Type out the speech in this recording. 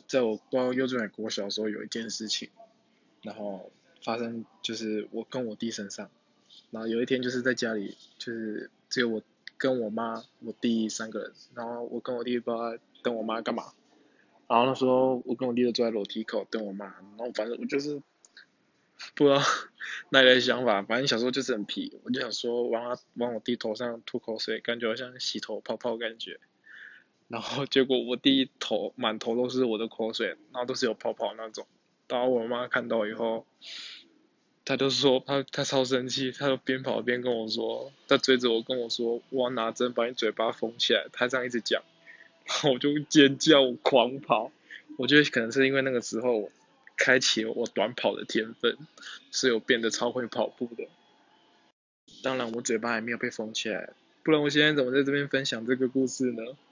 在我不知道幼稚园国小的时候有一件事情，然后发生就是我跟我弟身上，然后有一天就是在家里，就是只有我跟我妈、我弟3个人，然后我跟我弟不知道在等我妈干嘛，然后那时候我跟我弟就坐在楼梯口等我妈，然后反正我就是不知道哪里来的想法，反正小时候就是很皮，我就想说往我弟头上吐口水，感觉好像洗头泡泡感觉，然后结果我弟满头都是我的口水，然后都是有泡泡那种，然后我妈看到以后，她就说她超生气，她就边跑边跟我说，她追着我跟我说，我要拿针把你嘴巴缝起来，她这样一直讲，然后我就尖叫，我狂跑，我觉得可能是因为那个时候开启了我短跑的天分，所以我变得超会跑步的。当然我嘴巴还没有被缝起来，不然我现在怎么在这边分享这个故事呢？